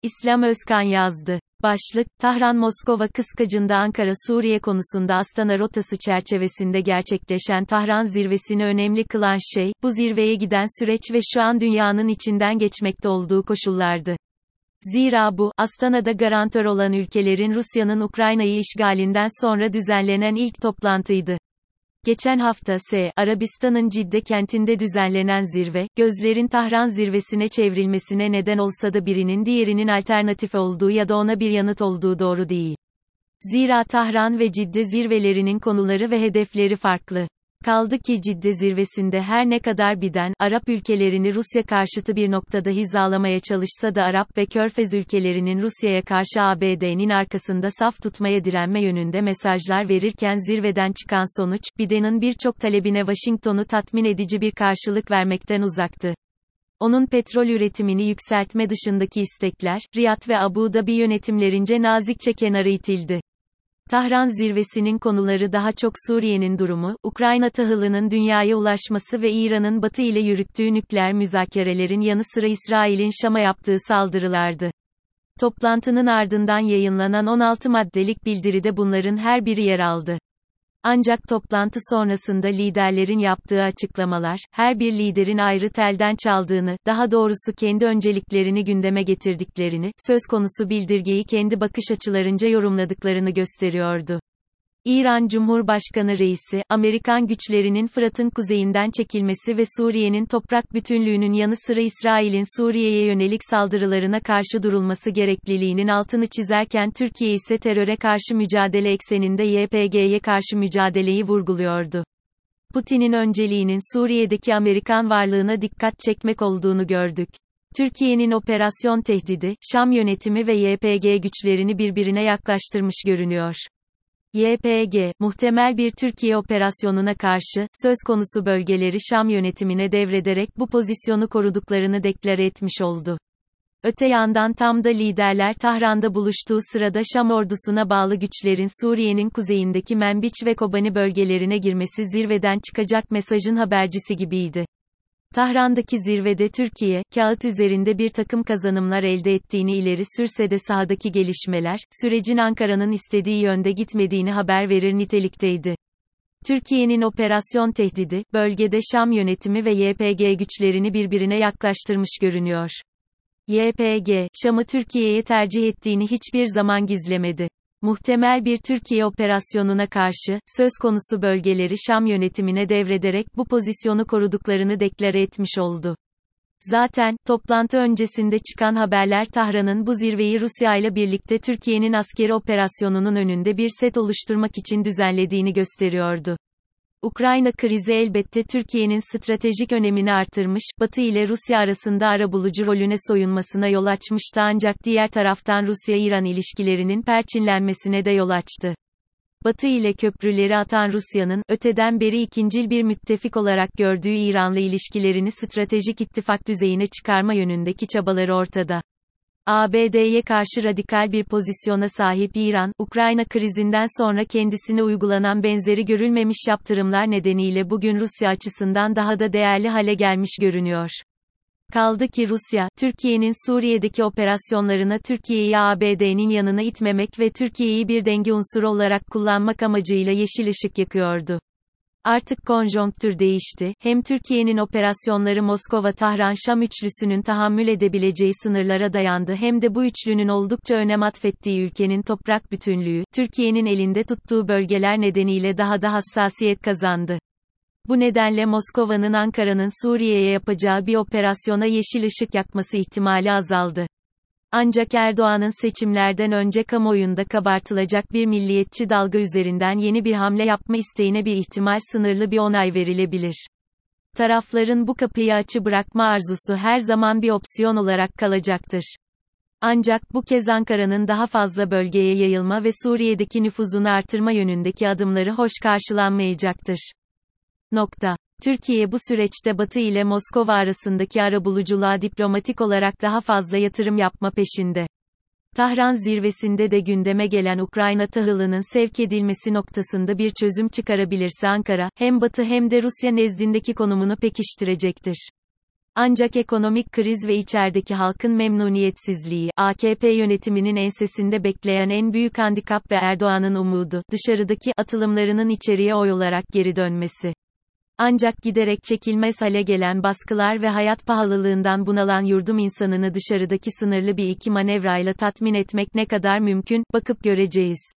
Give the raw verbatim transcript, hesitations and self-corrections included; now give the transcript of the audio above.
İslam Özkan yazdı. Başlık, Tahran-Moskova kıskacında Ankara-Suriye konusunda Astana rotası çerçevesinde gerçekleşen Tahran zirvesini önemli kılan şey, bu zirveye giden süreç ve şu an dünyanın içinden geçmekte olduğu koşullardı. Zira bu, Astana'da garantör olan ülkelerin Rusya'nın Ukrayna'yı işgalinden sonra düzenlenen ilk toplantıydı. Geçen hafta S. Arabistan'ın Cidde kentinde düzenlenen zirve, gözlerin Tahran zirvesine çevrilmesine neden olsa da birinin diğerinin alternatif olduğu ya da ona bir yanıt olduğu doğru değil. Zira Tahran ve Cidde zirvelerinin konuları ve hedefleri farklı. Kaldı ki Cidde zirvesinde her ne kadar Biden, Arap ülkelerini Rusya karşıtı bir noktada hizalamaya çalışsa da Arap ve Körfez ülkelerinin Rusya'ya karşı A B D'nin arkasında saf tutmaya direnme yönünde mesajlar verirken zirveden çıkan sonuç, Biden'ın birçok talebine Washington'u tatmin edici bir karşılık vermekten uzaktı. Onun petrol üretimini yükseltme dışındaki istekler, Riyad ve Abu Dhabi yönetimlerince nazikçe kenara itildi. Tahran zirvesinin konuları daha çok Suriye'nin durumu, Ukrayna tahılının dünyaya ulaşması ve İran'ın Batı ile yürüttüğü nükleer müzakerelerin yanı sıra İsrail'in Şam'a yaptığı saldırılardı. Toplantının ardından yayınlanan on altı maddelik bildiride bunların her biri yer aldı. Ancak toplantı sonrasında liderlerin yaptığı açıklamalar, her bir liderin ayrı telden çaldığını, daha doğrusu kendi önceliklerini gündeme getirdiklerini, söz konusu bildirgeyi kendi bakış açılarınca yorumladıklarını gösteriyordu. İran Cumhurbaşkanı Reisi, Amerikan güçlerinin Fırat'ın kuzeyinden çekilmesi ve Suriye'nin toprak bütünlüğünün yanı sıra İsrail'in Suriye'ye yönelik saldırılarına karşı durulması gerekliliğinin altını çizerken Türkiye ise teröre karşı mücadele ekseninde Y P G'ye karşı mücadeleyi vurguluyordu. Putin'in önceliğinin Suriye'deki Amerikan varlığına dikkat çekmek olduğunu gördük. Türkiye'nin operasyon tehdidi, Şam yönetimi ve Y P G güçlerini birbirine yaklaştırmış görünüyor. Y P G, muhtemel bir Türkiye operasyonuna karşı, söz konusu bölgeleri Şam yönetimine devrederek bu pozisyonu koruduklarını deklare etmiş oldu. Öte yandan tam da liderler Tahran'da buluştuğu sırada Şam ordusuna bağlı güçlerin Suriye'nin kuzeyindeki Menbiç ve Kobani bölgelerine girmesi zirveden çıkacak mesajın habercisi gibiydi. Tahran'daki zirvede Türkiye, kağıt üzerinde bir takım kazanımlar elde ettiğini ileri sürse de sahadaki gelişmeler, sürecin Ankara'nın istediği yönde gitmediğini haber verir nitelikteydi. Türkiye'nin operasyon tehdidi, bölgede Şam yönetimi ve Y P G güçlerini birbirine yaklaştırmış görünüyor. Y P G, Şam'ı Türkiye'ye tercih ettiğini hiçbir zaman gizlemedi. Muhtemel bir Türkiye operasyonuna karşı, söz konusu bölgeleri Şam yönetimine devrederek bu pozisyonu koruduklarını deklare etmiş oldu. Zaten, toplantı öncesinde çıkan haberler Tahran'ın bu zirveyi Rusya ile birlikte Türkiye'nin askeri operasyonunun önünde bir set oluşturmak için düzenlediğini gösteriyordu. Ukrayna krizi elbette Türkiye'nin stratejik önemini artırmış, Batı ile Rusya arasında arabulucu rolüne soyunmasına yol açmıştı ancak diğer taraftan Rusya-İran ilişkilerinin perçinlenmesine de yol açtı. Batı ile köprüleri atan Rusya'nın, öteden beri ikincil bir müttefik olarak gördüğü İran'la ilişkilerini stratejik ittifak düzeyine çıkarma yönündeki çabaları ortada. A B D'ye karşı radikal bir pozisyona sahip İran, Ukrayna krizinden sonra kendisine uygulanan benzeri görülmemiş yaptırımlar nedeniyle bugün Rusya açısından daha da değerli hale gelmiş görünüyor. Kaldı ki Rusya, Türkiye'nin Suriye'deki operasyonlarına Türkiye'yi A B D'nin yanına itmemek ve Türkiye'yi bir denge unsuru olarak kullanmak amacıyla yeşil ışık yakıyordu. Artık konjonktür değişti, hem Türkiye'nin operasyonları Moskova-Tahran-Şam üçlüsünün tahammül edebileceği sınırlara dayandı hem de bu üçlünün oldukça önem atfettiği ülkenin toprak bütünlüğü, Türkiye'nin elinde tuttuğu bölgeler nedeniyle daha da hassasiyet kazandı. Bu nedenle Moskova'nın Ankara'nın Suriye'ye yapacağı bir operasyona yeşil ışık yakması ihtimali azaldı. Ancak Erdoğan'ın seçimlerden önce kamuoyunda kabartılacak bir milliyetçi dalga üzerinden yeni bir hamle yapma isteğine bir ihtimal sınırlı bir onay verilebilir. Tarafların bu kapıyı açı bırakma arzusu her zaman bir opsiyon olarak kalacaktır. Ancak bu kez Ankara'nın daha fazla bölgeye yayılma ve Suriye'deki nüfuzunu artırma yönündeki adımları hoş karşılanmayacaktır. Nokta. Türkiye bu süreçte Batı ile Moskova arasındaki arabuluculuğa diplomatik olarak daha fazla yatırım yapma peşinde. Tahran zirvesinde de gündeme gelen Ukrayna tahılının sevk edilmesi noktasında bir çözüm çıkarabilirse Ankara, hem Batı hem de Rusya nezdindeki konumunu pekiştirecektir. Ancak ekonomik kriz ve içerideki halkın memnuniyetsizliği, A K P yönetiminin ensesinde bekleyen en büyük handikap ve Erdoğan'ın umudu, dışarıdaki atılımlarının içeriye oy olarak geri dönmesi. Ancak giderek çekilmez hale gelen baskılar ve hayat pahalılığından bunalan yurdum insanını dışarıdaki sınırlı bir iki manevrayla tatmin etmek ne kadar mümkün, bakıp göreceğiz.